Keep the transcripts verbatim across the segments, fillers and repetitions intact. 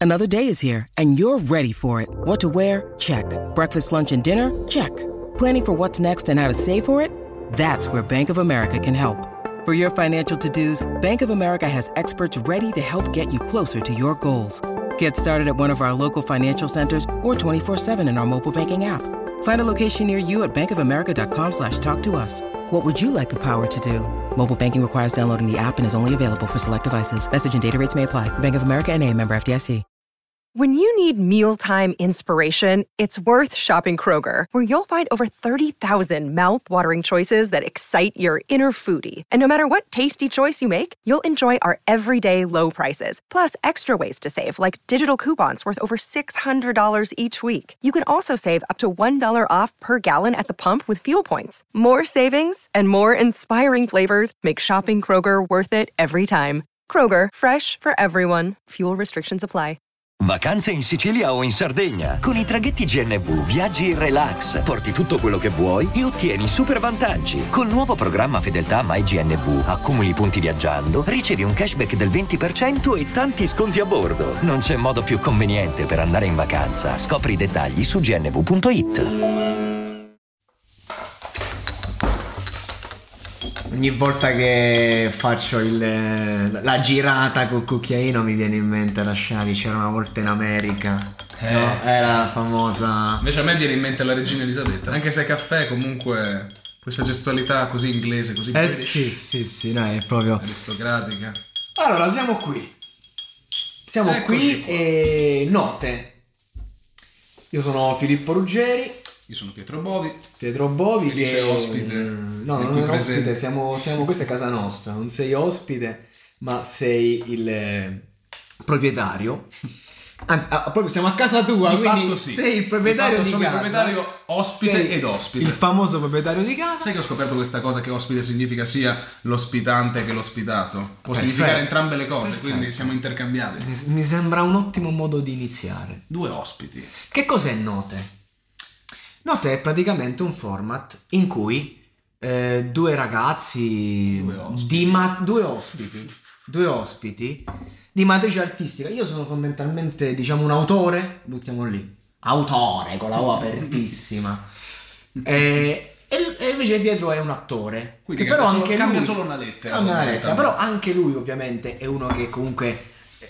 Another day is here, and you're ready for it. What to wear? Check. Breakfast, lunch, and dinner? Check. Planning for what's next and how to save for it? That's where Bank of America can help. For your financial to-dos, Bank of America has experts ready to help get you closer to your goals. Get started at one of our local financial centers or twenty-four seven in our mobile banking app. Find a location near you at bankofamerica.com slash talk to us. What would you like the power to do? Mobile banking requires downloading the app and is only available for select devices. Message and data rates may apply. Bank of America N A, member F D I C. When you need mealtime inspiration, it's worth shopping Kroger, where you'll find over thirty thousand mouth-watering choices that excite your inner foodie. And no matter what tasty choice you make, you'll enjoy our everyday low prices, plus extra ways to save, like digital coupons worth over six hundred dollars each week. You can also save up to one dollar off per gallon at the pump with fuel points. More savings and more inspiring flavors make shopping Kroger worth it every time. Kroger, fresh for everyone. Fuel restrictions apply. Vacanze in Sicilia o in Sardegna. Con i traghetti G N V viaggi in relax, porti tutto quello che vuoi e ottieni super vantaggi. Col nuovo programma Fedeltà MyGNV accumuli punti viaggiando, ricevi un cashback del venti per cento e tanti sconti a bordo. Non c'è modo più conveniente per andare in vacanza. Scopri i dettagli su g n v punto i t. Ogni volta che faccio il, la girata col cucchiaino mi viene in mente la scena di C'era una volta in America. Eh, no? Era la famosa. Invece a me viene in mente la regina Elisabetta. Anche se caffè comunque questa gestualità così inglese, così Eh sì, sì, sì, no, è proprio aristocratica. Allora, siamo qui. Siamo Eccoci qui qua. E note. Io sono Filippo Ruggeri. Io sono Pietro Bovi. Pietro Bovi Felice che ospite. No, non è ospite, siamo, siamo questa è casa nostra, non sei ospite, ma sei il eh, proprietario. Anzi, ah, proprio siamo a casa tua, Di quindi fatto sì. sei il proprietario Di di, fatto sono casa. il proprietario ospite Sei ed ospite. Il famoso proprietario di casa. Sai che ho scoperto questa cosa, che ospite significa sia l'ospitante che l'ospitato. Può Perfetto. significare entrambe le cose, Perfetto. quindi siamo intercambiabili. Mi, mi sembra un ottimo modo di iniziare. Due ospiti. Che cos'è Note? Note è praticamente un format in cui eh, due ragazzi Due ospiti. di ma- due ospiti due ospiti di matrice artistica. Io sono fondamentalmente, diciamo, un autore, buttiamo lì, autore con la O apertissima. e, e invece Pietro è un attore. Quindi che però cambia anche solo- cambia lui solo una lettera, cambia una lettera, fondamentalmente. però anche lui ovviamente è uno che comunque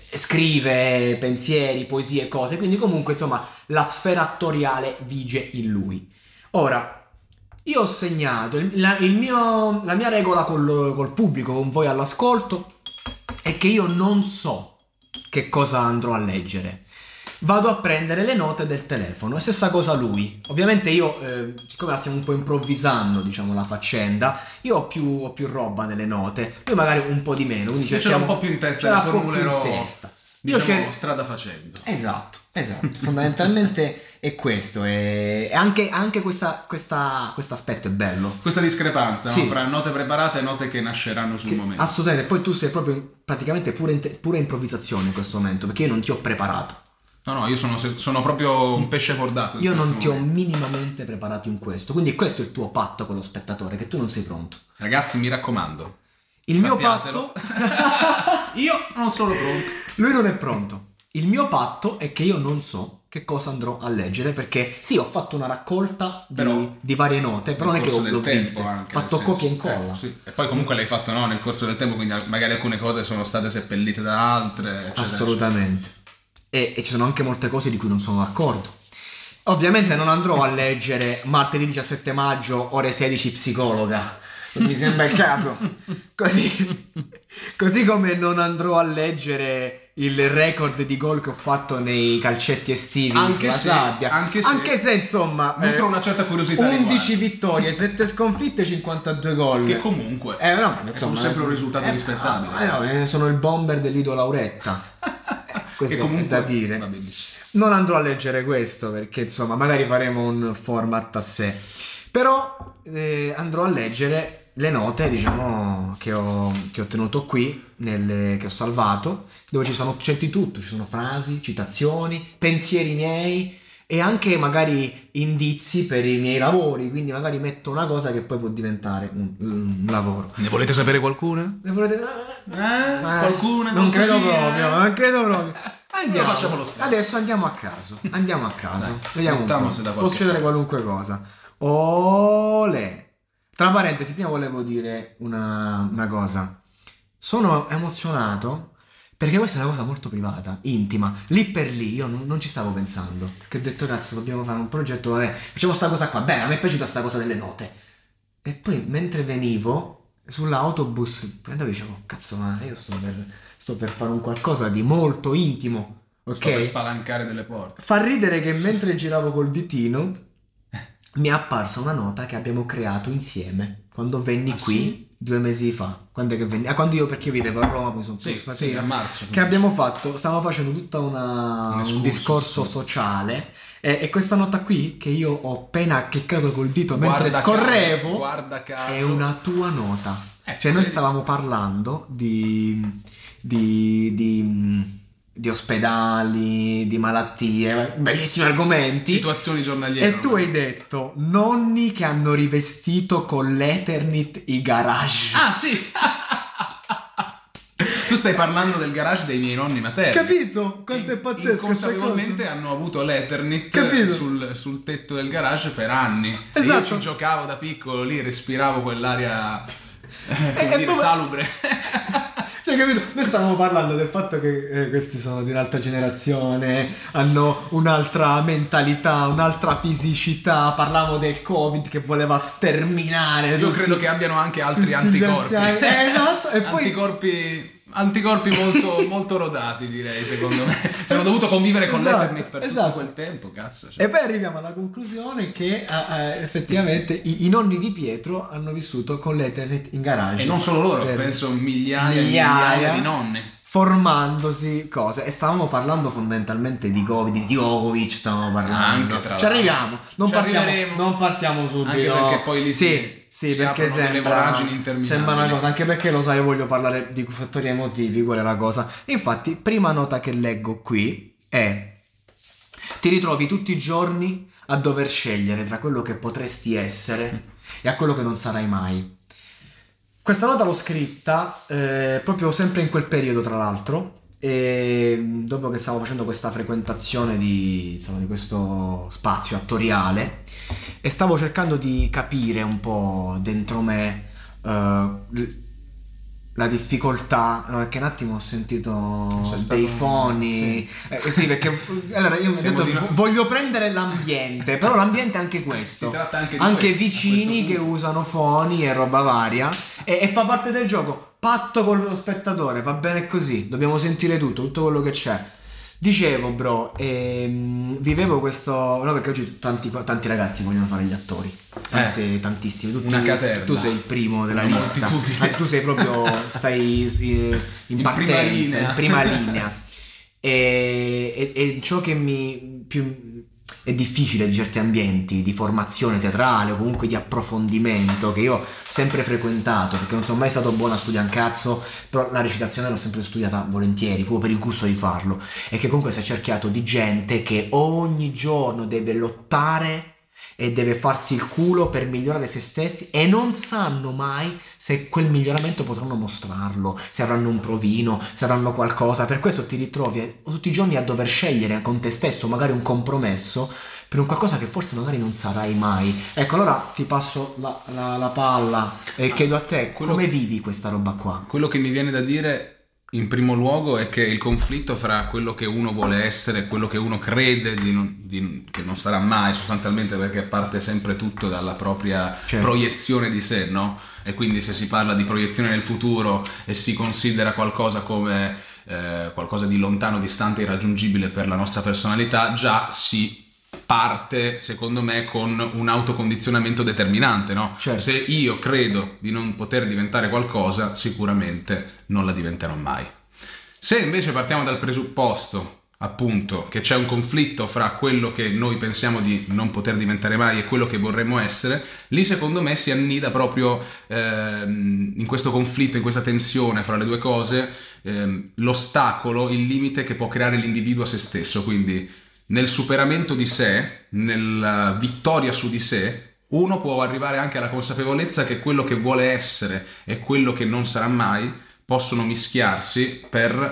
scrive pensieri, poesie, cose, quindi comunque insomma la sfera attoriale vige in lui. Ora, io ho segnato il, la, il mio, la mia regola col, col pubblico, con voi all'ascolto, è che io non so che cosa andrò a leggere. Vado a prendere le note del telefono, e stessa cosa lui. Ovviamente io, eh, siccome la stiamo un po' improvvisando, diciamo, la faccenda, io ho più, ho più roba nelle note, lui magari un po' di meno, quindi Io ce l'ho un po' più in testa, ce l'ho le un po' più in formulerò, testa. Io diciamo, cer- strada facendo. Esatto, esatto. Fondamentalmente è questo. E anche, anche questa, questa, questo aspetto è bello. Questa discrepanza, Sì. no? Fra note preparate e note che nasceranno sul Che- momento. assolutamente. Poi tu sei proprio in- praticamente pure in te- pura improvvisazione in questo momento, perché io non ti ho preparato. No, no, io sono, sono proprio un pesce fuor d'acqua. in Io questo non ti ho momento. minimamente preparato in questo. Quindi questo è il tuo patto con lo spettatore, che tu non sei pronto. Ragazzi, mi raccomando. Il Sappiatelo. mio patto Io non sono pronto. Lui non è pronto. Il mio patto è che io non so che cosa andrò a leggere, perché sì, ho fatto una raccolta di, Però- di varie note, però non è Nel che corso l'ho, del l'ho tempo viste. Ho anche, fatto nel copia e senso. incolla. Eh, sì. E poi comunque l'hai fatto, no, nel corso del tempo, quindi magari alcune cose sono state seppellite da altre, eccetera, Assolutamente. E, e ci sono anche molte cose di cui non sono d'accordo. Ovviamente non andrò a leggere martedì diciassette maggio, ore sedici, psicologa. Non mi sembra il caso. Così, così come non andrò a leggere il record di gol che ho fatto nei calcetti estivi Anche sulla se- sabbia. anche se- insomma nutro una certa curiosità undici riguardo. vittorie, sette sconfitte, cinquantadue gol. Che comunque Eh, no, è insomma, sempre un risultato eh, rispettabile. ah, eh, no, eh, sono il bomber dell'Ido Lauretta. Eh, questo E comunque è da dire. va benissimo. Non andrò a leggere questo perché insomma magari faremo un format a sé. Però eh, andrò a leggere le note, diciamo, che ho, che ho tenuto qui, nelle, che ho salvato, dove ci sono, c'è di tutto, ci sono frasi, citazioni, pensieri miei e anche magari indizi per i miei lavori, quindi magari metto una cosa che poi può diventare un, un lavoro. Ne volete sapere qualcuna? Ne volete... Eh? Eh, Qualcuna? Non credo Qualcosina? proprio, non credo proprio. Andiamo, lo facciamo lo stesso. Adesso andiamo a caso. Andiamo a caso. Dai, Vediamo un po'. se da Può succedere qualunque cosa. Olè. Tra parentesi, prima volevo dire una, una cosa. Sono emozionato perché questa è una cosa molto privata, intima. Lì per lì io non, non ci stavo pensando. Che ho detto, cazzo, dobbiamo fare un progetto. Vabbè, facciamo sta cosa qua. Bene, a me è piaciuta sta cosa delle note. E poi mentre venivo sull'autobus, prendevo e dicevo, cazzo, ma io sto per, sto per fare un qualcosa di molto intimo. Ok? Sto per spalancare delle porte. Fa ridere che mentre giravo col ditino mi è apparsa una nota che abbiamo creato insieme quando venni ah, qui sì? due mesi fa. Quando è che venni? Ah, quando io, perché io vivevo a Roma, mi sono sì, posto sì, a marzo. che abbiamo fatto, stavamo facendo tutta una, un, un discorso sì. sociale e, e questa nota qui che io ho appena cliccato col dito guarda mentre scorrevo caso, guarda caso. È una tua nota. Eh, cioè noi stavamo parlando di di, di di ospedali, di malattie, bellissimi argomenti, situazioni giornaliere. E tu hai detto nonni che hanno rivestito con l'Eternit i garage. Ah sì. Tu stai parlando del garage dei miei nonni materni. Capito? Quanto è pazzesco. Inconsapevolmente hanno avuto l'Eternit sul, sul tetto del garage per anni. Esatto. E io ci giocavo da piccolo lì, respiravo quell'aria eh, come e dire, poi... salubre. Cioè, capito? Noi stavamo parlando del fatto che eh, questi sono di un'altra generazione, hanno un'altra mentalità, un'altra fisicità. Parlavamo del Covid che voleva sterminare. Io tutti, credo che abbiano anche altri anticorpi. Eh, esatto. E poi... Anticorpi. Anticorpi molto, molto rodati, direi, secondo me. Se hanno dovuto convivere con esatto, l'Eternit per esatto. tutto quel tempo, cazzo. Cioè. E poi arriviamo alla conclusione che eh, effettivamente i, i nonni di Pietro hanno vissuto con l'Eternit in garage. E non solo loro, penso migliaia e migliaia di nonni. Formandosi cose. E stavamo parlando fondamentalmente di Covid, di Djokovic stavamo parlando. Anche tra Ci arriviamo, non, Ci partiamo, non partiamo subito. Anche perché poi lì sì, si, sì, si perché sembra, sembra una cosa, anche perché lo sai, io voglio parlare di fattori emotivi, qual è la cosa. Infatti, prima nota che leggo qui è: ti ritrovi tutti i giorni a dover scegliere tra quello che potresti essere e a quello che non sarai mai. Questa nota l'ho scritta eh, proprio sempre in quel periodo, tra l'altro, e dopo che stavo facendo questa frequentazione di, insomma, di questo spazio attoriale, e stavo cercando di capire un po' dentro me uh, la difficoltà, no, perché un attimo ho sentito dei foni, sì. Eh, sì, perché allora io mi ho detto, di... voglio prendere l'ambiente, però l'ambiente è anche questo, si tratta anche di anche questo, vicini che usano foni e roba varia, e, e fa parte del gioco, patto con lo spettatore, va bene così, dobbiamo sentire tutto, tutto quello che c'è. Dicevo, bro, ehm, vivevo questo, no, perché oggi tanti, tanti ragazzi vogliono fare gli attori, Tante, eh, tantissimi, tutti, una caterva. Tu sei il primo della una lista, anzi, tu sei proprio, stai in, in partenza, prima linea, in prima linea. E, e, e ciò che mi più è difficile di certi ambienti di formazione teatrale o comunque di approfondimento che io ho sempre frequentato, perché non sono mai stato buono a studiare un cazzo, però la recitazione l'ho sempre studiata volentieri, proprio per il gusto di farlo, e che comunque si è cerchiato di gente che ogni giorno deve lottare e deve farsi il culo per migliorare se stessi e non sanno mai se quel miglioramento potranno mostrarlo, se avranno un provino, se avranno qualcosa. Per questo ti ritrovi tutti i giorni a dover scegliere con te stesso magari un compromesso per un qualcosa che forse magari non sarai mai. Ecco, allora ti passo la, la, la palla e ah, chiedo a te quello, come vivi questa roba qua? Quello che mi viene da dire in primo luogo è che il conflitto fra quello che uno vuole essere e quello che uno crede di non, di, che non sarà mai, sostanzialmente, perché parte sempre tutto dalla propria certo. proiezione di sé, no? E quindi se si parla di proiezione nel futuro e si considera qualcosa come eh, qualcosa di lontano, distante, irraggiungibile per la nostra personalità, già si parte, secondo me, con un autocondizionamento determinante, no? Certo. Se io credo di non poter diventare qualcosa, sicuramente non la diventerò mai. Se invece partiamo dal presupposto, appunto, che c'è un conflitto fra quello che noi pensiamo di non poter diventare mai e quello che vorremmo essere, lì secondo me si annida proprio ehm, in questo conflitto, in questa tensione fra le due cose, ehm, l'ostacolo, il limite che può creare l'individuo a se stesso. Quindi nel superamento di sé, nella vittoria su di sé, uno può arrivare anche alla consapevolezza che quello che vuole essere e quello che non sarà mai possono mischiarsi per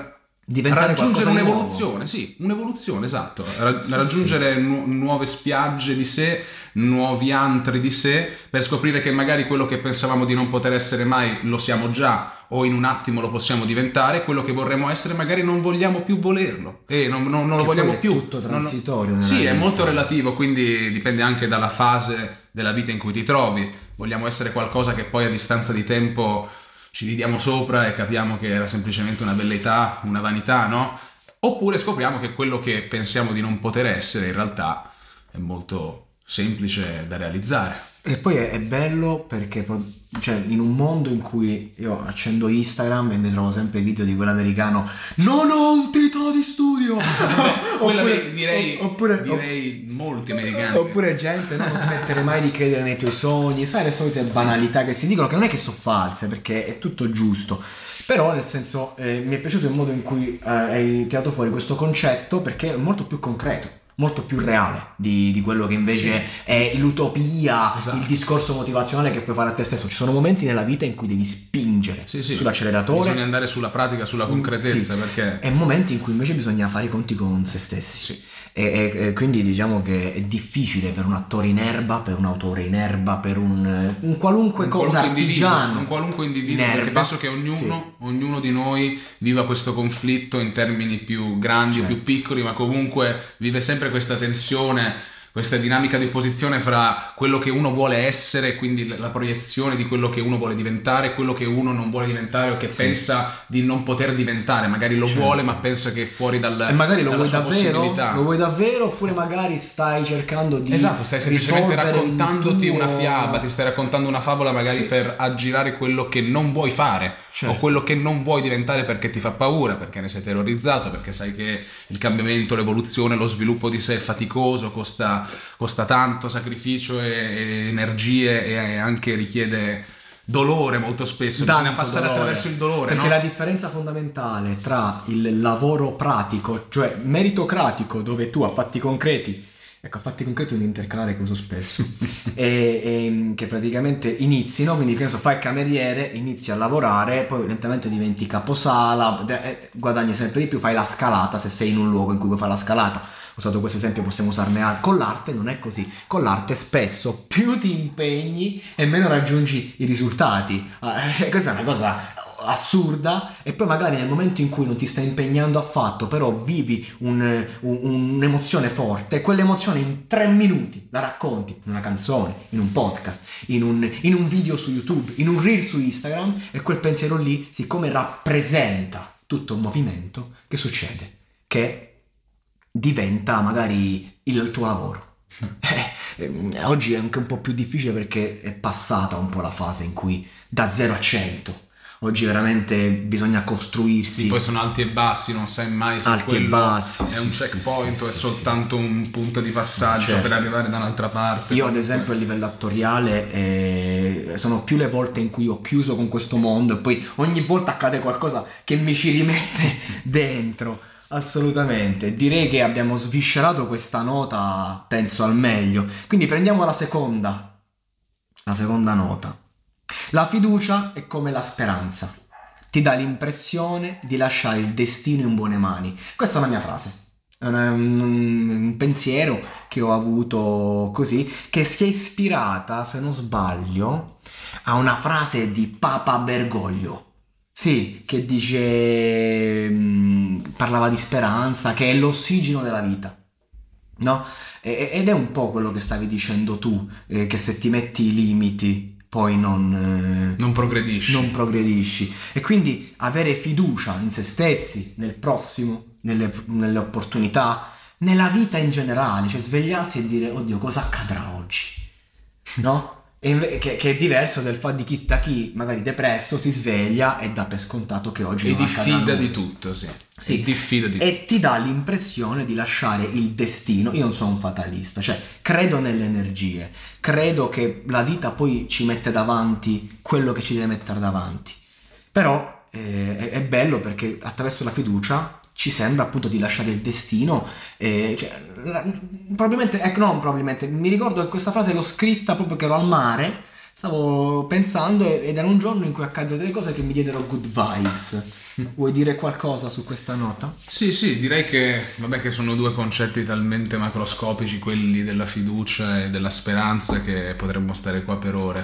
diventare raggiungere qualcosa di un'evoluzione, nuovo. sì, un'evoluzione, esatto, Ra- Sì, raggiungere nu- nuove spiagge di sé, nuovi antri di sé, per scoprire che magari quello che pensavamo di non poter essere mai lo siamo già, o in un attimo lo possiamo diventare, quello che vorremmo essere magari non vogliamo più volerlo e non, non- non lo Che vogliamo poi è più. tutto transitorio Non- nella sì, è vita. molto relativo, quindi dipende anche dalla fase della vita in cui ti trovi. Vogliamo essere qualcosa che poi a distanza di tempo ci ridiamo sopra e capiamo che era semplicemente una velleità, una vanità, no? Oppure scopriamo che quello che pensiamo di non poter essere in realtà è molto semplice da realizzare. E poi è, è bello perché pro- cioè, in un mondo in cui io accendo Instagram e mi trovo sempre i video di quell'americano non ho un titolo di studio Quella Oppure- direi, oppure, direi molti americani. oppure gente no, non smettere mai di credere nei tuoi sogni, sai, le solite banalità che si dicono, che non è che sono false perché è tutto giusto, però nel senso eh, mi è piaciuto il modo in cui eh, hai tirato fuori questo concetto perché è molto più concreto, molto più reale di, di quello che invece è l'utopia, Esatto. il discorso motivazionale che puoi fare a te stesso. Ci sono momenti nella vita in cui devi spingere Sì, sì. sull'acceleratore, Bisogna andare sulla pratica, sulla concretezza, sì, perché e momenti in cui invece bisogna fare i conti con se stessi. Sì. E, e- e quindi diciamo che è difficile per un attore in erba, per un autore in erba, per un, un qualunque, un co- un qualunque individuo, artigiano un qualunque individuo, in perché erba. penso che ognuno, Sì. ognuno di noi viva questo conflitto in termini più grandi o Certo. più piccoli, ma comunque vive sempre questa tensione, questa dinamica di opposizione fra quello che uno vuole essere, quindi la proiezione di quello che uno vuole diventare, e quello che uno non vuole diventare o che Sì. pensa di non poter diventare. Magari lo Certo. vuole, ma pensa che è fuori dal, E magari lo dalla vuoi sua davvero? possibilità. Lo vuoi davvero? Oppure magari stai cercando di Esatto, stai semplicemente risolvere un raccontandoti tuo- una fiaba, ti stai raccontando una favola magari Sì. per aggirare quello che non vuoi fare, Certo. o quello che non vuoi diventare perché ti fa paura, perché ne sei terrorizzato, perché sai che il cambiamento, l'evoluzione, lo sviluppo di sé è faticoso, costa, costa tanto sacrificio e, e energie e anche richiede dolore molto spesso. Tanto Bisogna passare dolore. attraverso il dolore, perché no? la differenza fondamentale tra il lavoro pratico, cioè meritocratico, dove tu a fatti concreti, ecco, a fatti concreti è un intercalare che uso spesso, e, e che praticamente inizi, no? Quindi che ne so, fai il cameriere, inizi a lavorare, poi lentamente diventi caposala, eh, guadagni sempre di più, fai la scalata se sei in un luogo in cui puoi fare la scalata. Ho usato questo esempio, possiamo usarne altri. Con l'arte non è così. Con l'arte spesso più ti impegni e meno raggiungi i risultati. Eh, cioè, questa è una cosa assurda, e poi magari nel momento in cui non ti stai impegnando affatto, però vivi un, un, un'emozione forte, quell'emozione in tre minuti la racconti in una canzone, in un podcast, in un, in un video su YouTube, in un reel su Instagram, e quel pensiero lì, siccome rappresenta tutto un movimento, che succede? Che diventa magari il tuo lavoro. Eh, eh, oggi è anche un po' più difficile perché è passata un po' la fase in cui da zero a cento, oggi veramente bisogna costruirsi. Sì, poi sono alti e bassi, non sai mai se Alti e quello bassi, è sì, un sì, checkpoint sì, o è sì, soltanto un punto di passaggio Certo. per arrivare da un'altra parte. Io ad esempio a livello attoriale eh, sono più le volte in cui ho chiuso con questo mondo e poi ogni volta accade qualcosa che mi ci rimette dentro. Assolutamente, direi che abbiamo sviscerato questa nota, penso al meglio. Quindi prendiamo la seconda, la seconda nota. La fiducia è come la speranza, ti dà l'impressione di lasciare il destino in buone mani. Questa è una mia frase, è una- un, un pensiero che ho avuto così, che si è ispirata, se non sbaglio, a una frase di Papa Bergoglio. Sì, che dice, mh, parlava di speranza, che è l'ossigeno della vita, no? E- ed è un po' quello che stavi dicendo tu, eh, che se ti metti i limiti poi non, eh, Non progredisci. non progredisci. E quindi avere fiducia in se stessi, nel prossimo, nelle, nelle opportunità, nella vita in generale, cioè svegliarsi e dire oddio, cosa accadrà oggi, no? E inve- che, che è diverso del fatto di chi, da chi magari depresso si sveglia e dà per scontato che oggi E non accadrà diffida nulla. di tutto, sì. Sì. E diffida di E ti dà l'impressione di lasciare il destino. Io non sono un fatalista, cioè credo nelle energie, credo che la vita poi ci mette davanti quello che ci deve mettere davanti, però eh, è, è bello perché attraverso la fiducia ci sembra appunto di lasciare il destino, eh, cioè, la- probabilmente, ecco, no, probabilmente mi ricordo che questa frase l'ho scritta proprio che ero al mare, Stavo pensando ed era un giorno in cui accaddero delle cose che mi diedero good vibes. Vuoi dire qualcosa su questa nota? Sì, sì, direi che, vabbè, che sono due concetti talmente macroscopici, quelli della fiducia e della speranza, che potremmo stare qua per ore.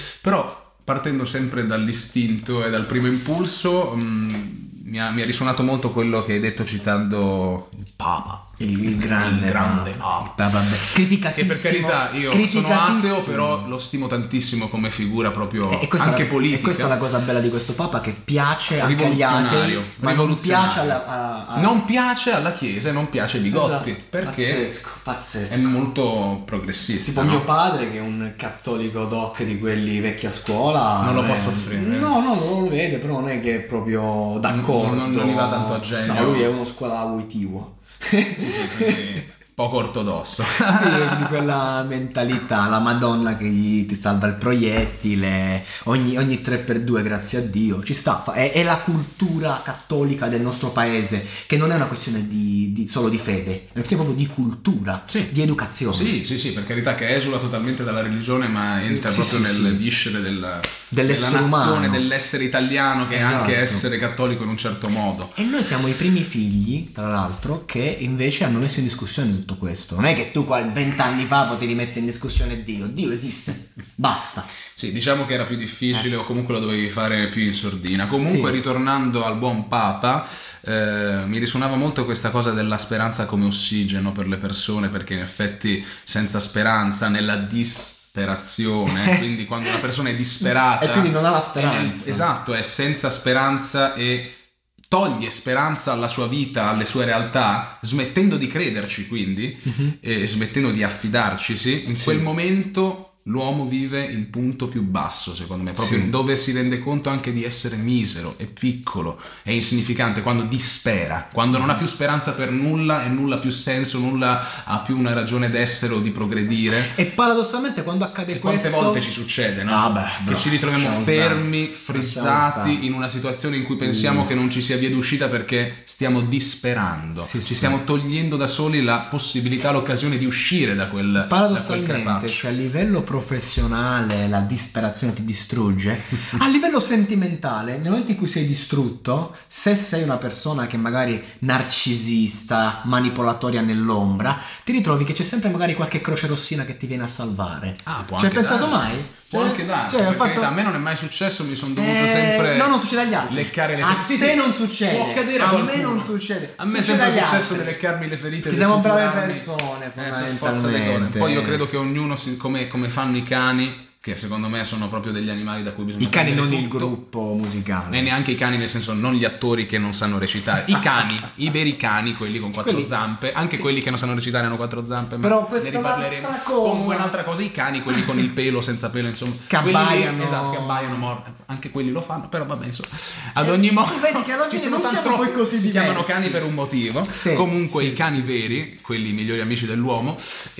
Però, partendo sempre dall'istinto e dal primo impulso, mh, mi, ha, mi ha risuonato molto quello che hai detto citando il Papa. Il, il grande, il grande Papa. Papa. Criticatissimo. Che per carità, io sono ateo, però lo stimo tantissimo come figura proprio e, e anche la, politica. E questa è la cosa bella di questo Papa, che piace anche agli atei, ma non piace alla, a, a... non piace alla Chiesa e non piace ai bigotti, esatto. Perché pazzesco, pazzesco. È molto progressista. Tipo no? mio padre, che è un cattolico doc di quelli vecchi a scuola, non lo è... può soffrire. No, no, non lo vede, però non è che è proprio d'accordo. Non, non gli va tanto a genio. No, lui è uno scuola uitivo. Sì, sì, quindi poco ortodosso. Sì, di quella mentalità, la Madonna che gli ti salva il proiettile ogni, ogni tre per due, grazie a Dio, ci sta, è, è la cultura cattolica del nostro paese, che non è una questione di, di solo di fede, è una questione proprio di cultura, sì. di educazione. Sì, sì, sì, per carità, che esula totalmente dalla religione, ma entra sì, proprio sì, nel sì. viscere della, dell'essere della nazione, umano, dell'essere italiano, che esatto. è anche essere cattolico in un certo modo. E noi siamo i primi figli, tra l'altro, che invece hanno messo in discussione tutto questo. Non è che tu vent'anni fa potevi mettere in discussione Dio. Dio esiste, basta. Sì, diciamo che era più difficile, eh. o comunque lo dovevi fare più in sordina. Comunque, sì. Ritornando al buon Papa, eh, mi risuonava molto questa cosa della speranza come ossigeno per le persone, perché in effetti senza speranza, nella disperazione, quindi quando una persona è disperata e quindi non ha la speranza, è, esatto, è senza speranza e toglie speranza alla sua vita, alle sue realtà, smettendo di crederci, quindi, uh-huh. e smettendo di affidarcisi, in sì. quel momento l'uomo vive il punto più basso, secondo me, proprio sì. dove si rende conto anche di essere misero e piccolo e insignificante, quando dispera, quando non ha più speranza per nulla e nulla ha più senso, nulla ha più una ragione d'essere o di progredire. E paradossalmente quando accade e questo, quante volte ci succede, no? Ah beh, bro, che ci ritroviamo fermi, frizzati in una situazione in cui pensiamo mm. che non ci sia via d'uscita perché stiamo disperando, sì, ci sì. stiamo togliendo da soli la possibilità, l'occasione di uscire da quel paradossalmente, da quel se a livello professionale la disperazione ti distrugge, a livello sentimentale, nel momento in cui sei distrutto, se sei una persona che magari narcisista, manipolatoria nell'ombra, ti ritrovi che c'è sempre magari qualche croce rossina che ti viene a salvare. Ah, può ci hai anche pensato darsi. mai? Può anche darsi, cioè, perché fatto... a me non è mai successo, mi sono dovuto eh, sempre no, non succede agli altri, leccare le a ferite. te sì, sì, non succede, può accadere a, a me non succede, a me è sempre successo di leccarmi le ferite, che siamo brave suturarmi. persone, eh, per forza di cose. Poi io credo che ognuno si, come, come fanno i cani, che secondo me sono proprio degli animali da cui bisogna i cani, non tutto. Il gruppo musicale, e neanche i cani, nel senso non gli attori che non sanno recitare, i cani, i veri cani, quelli con quattro quelli, zampe, anche sì. quelli che non sanno recitare hanno quattro zampe, ma però questa ne riparleremo. Cosa. Comunque un'altra cosa, i cani, quelli con il pelo, senza pelo, insomma, che abbaiano, lì, esatto, che abbaiano, mor- anche quelli lo fanno, però vabbè, insomma, ad ogni eh, modo vedi che alla fine non siamo poi così si diversi. chiamano cani per un motivo. Sì, comunque sì, i cani sì, veri, sì. quelli migliori amici dell'uomo,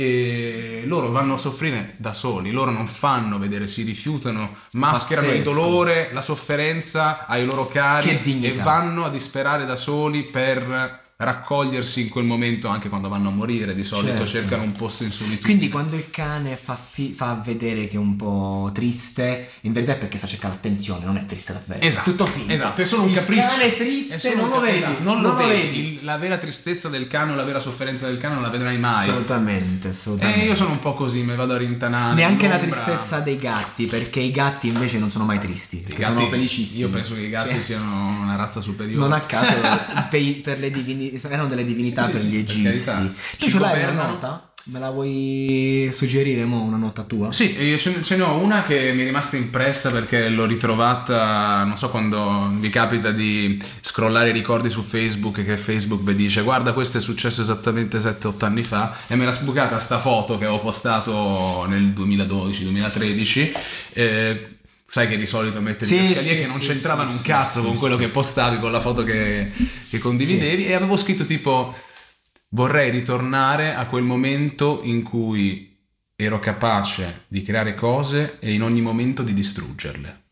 e loro vanno a soffrire da soli, loro non fanno vedere, si rifiutano, mascherano Pazzesco. il dolore, la sofferenza ai loro cari e vanno a disperare da soli per raccogliersi in quel momento, anche quando vanno a morire di solito, certo. cercano un posto in solitudine. Quindi quando il cane fa, fi- fa vedere che è un po' triste, in verità è perché sta cercando attenzione, non è triste davvero. Esatto, tutto finto. Esatto, è solo un il capriccio. Il cane è triste, è non, lo vedi, esatto, non, non lo vedi. vedi. La vera tristezza del cane o la vera sofferenza del cane non la vedrai mai. Assolutamente, assolutamente. E io sono un po' così, mi vado a rintanare. Neanche la tristezza dei gatti, perché i gatti invece non sono mai tristi, gatti, sono felicissimi. Io penso che i gatti cioè, siano una razza superiore. Non a caso per, per le divini, erano delle divinità sì, per sì, gli egizi. Tu ce l'hai una nota? Me la vuoi suggerire mo, una nota tua? Sì, io ce, ce ne ho una che mi è rimasta impressa perché l'ho ritrovata, non so, quando vi capita di scrollare i ricordi su Facebook, che Facebook vi dice guarda questo è successo esattamente sette otto anni fa, e me l'ha sbucata sta foto che avevo postato nel duemiladodici duemilatredici, eh, sai che di solito metti sì, le cascadie sì, che non sì, c'entravano sì, un cazzo sì, con sì, quello sì. che postavi, con la foto che, che condividevi, sì. E avevo scritto tipo vorrei ritornare a quel momento in cui ero capace di creare cose e in ogni momento di distruggerle.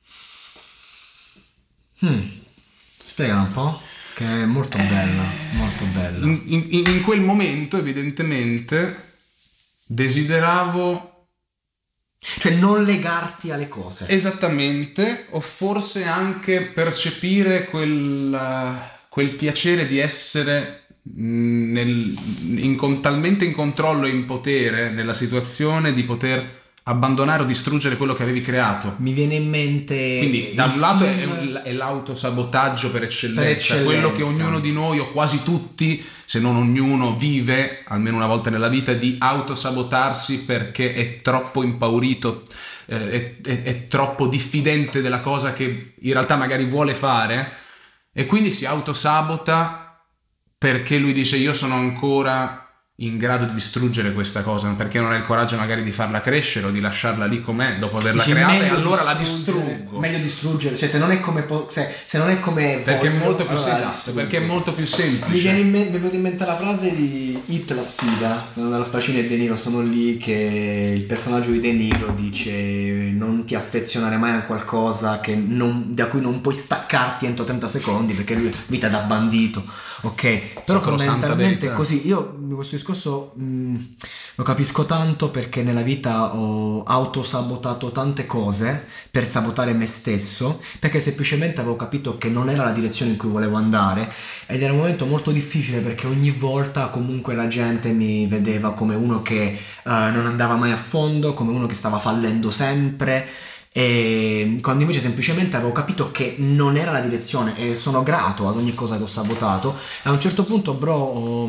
Hmm. Spiega un po', che è molto eh, bella, molto bella. In, in, in quel momento evidentemente desideravo Cioè non legarti alle cose. Esattamente, o forse anche percepire quel, quel piacere di essere nel, in, talmente in controllo e in potere nella situazione di poter abbandonare o distruggere quello che avevi creato. Mi viene in mente... Quindi da un lato film... è, è l'autosabotaggio per eccellenza, per eccellenza, quello che ognuno di noi, o quasi tutti, se non ognuno, vive almeno una volta nella vita, di autosabotarsi perché è troppo impaurito, eh, è, è, è troppo diffidente della cosa che in realtà magari vuole fare, e quindi si autosabota perché lui dice: io sono ancora in grado di distruggere questa cosa, perché non hai il coraggio magari di farla crescere o di lasciarla lì com'è dopo averla Dici, creata, e allora la distruggo. Meglio distruggere, cioè se non è come po- se, se non è come perché voglio, è molto più allora esatto, perché è molto più semplice. Mi viene in me- mi è venuta in mente la frase di Hit la sfida, quando Al Pacino e De Niro sono lì, che il personaggio di De Niro dice: non ti affezionare mai a qualcosa che non, da cui non puoi staccarti entro trenta secondi, perché lui vita da bandito, ok? Però fondamentalmente è così. Io questo discorso mh, lo capisco tanto, perché nella vita ho autosabotato tante cose per sabotare me stesso, perché semplicemente avevo capito che non era la direzione in cui volevo andare, ed era un momento molto difficile, perché ogni volta comunque la gente mi vedeva come uno che uh, non andava mai a fondo, come uno che stava fallendo sempre, e quando invece semplicemente avevo capito che non era la direzione, e sono grato ad ogni cosa che ho sabotato. A un certo punto, bro, ho,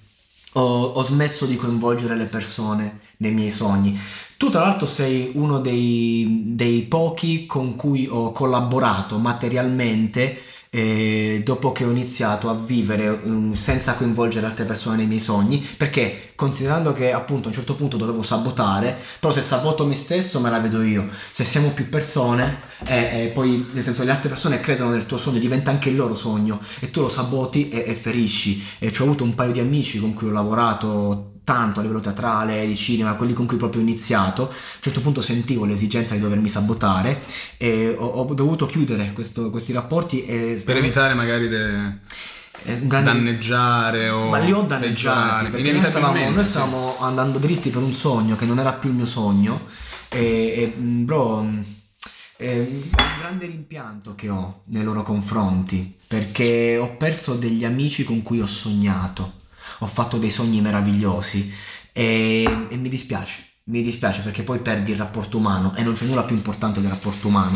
ho, ho smesso di coinvolgere le persone nei miei sogni. Tu tra l'altro sei uno dei, dei pochi con cui ho collaborato materialmente eh, dopo che ho iniziato a vivere um, senza coinvolgere altre persone nei miei sogni, perché considerando che appunto a un certo punto dovevo sabotare, però se saboto me stesso me la vedo io, se siamo più persone e, e poi nel senso le altre persone credono nel tuo sogno, diventa anche il loro sogno e tu lo saboti e, e ferisci. E ci ho avuto un paio di amici con cui ho lavorato tanto a livello teatrale, di cinema, quelli con cui proprio ho iniziato. A un certo punto sentivo l'esigenza di dovermi sabotare e ho, ho dovuto chiudere questo, questi rapporti e, per evitare magari de... grande... danneggiare o ma li ho danneggiati, perché noi stavamo, noi stavamo andando dritti per un sogno che non era più il mio sogno, e, e bro, è un grande rimpianto che ho nei loro confronti, perché ho perso degli amici con cui ho sognato, ho fatto dei sogni meravigliosi e, e mi dispiace, mi dispiace perché poi perdi il rapporto umano e non c'è nulla più importante del rapporto umano.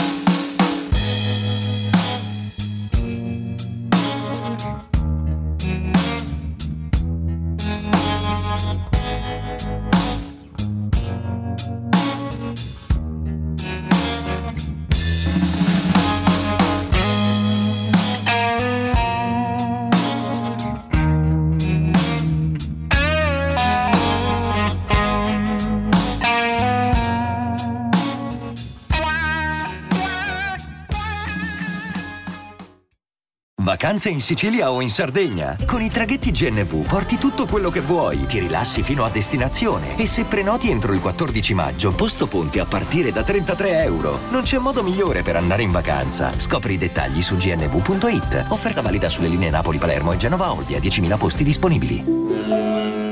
Vacanze in Sicilia o in Sardegna. Con i traghetti G N V porti tutto quello che vuoi, ti rilassi fino a destinazione e se prenoti entro il quattordici maggio, posto ponti a partire da trentatré euro. Non c'è modo migliore per andare in vacanza. Scopri i dettagli su g n v punto i t. Offerta valida sulle linee Napoli-Palermo e Genova-Olbia, diecimila posti disponibili.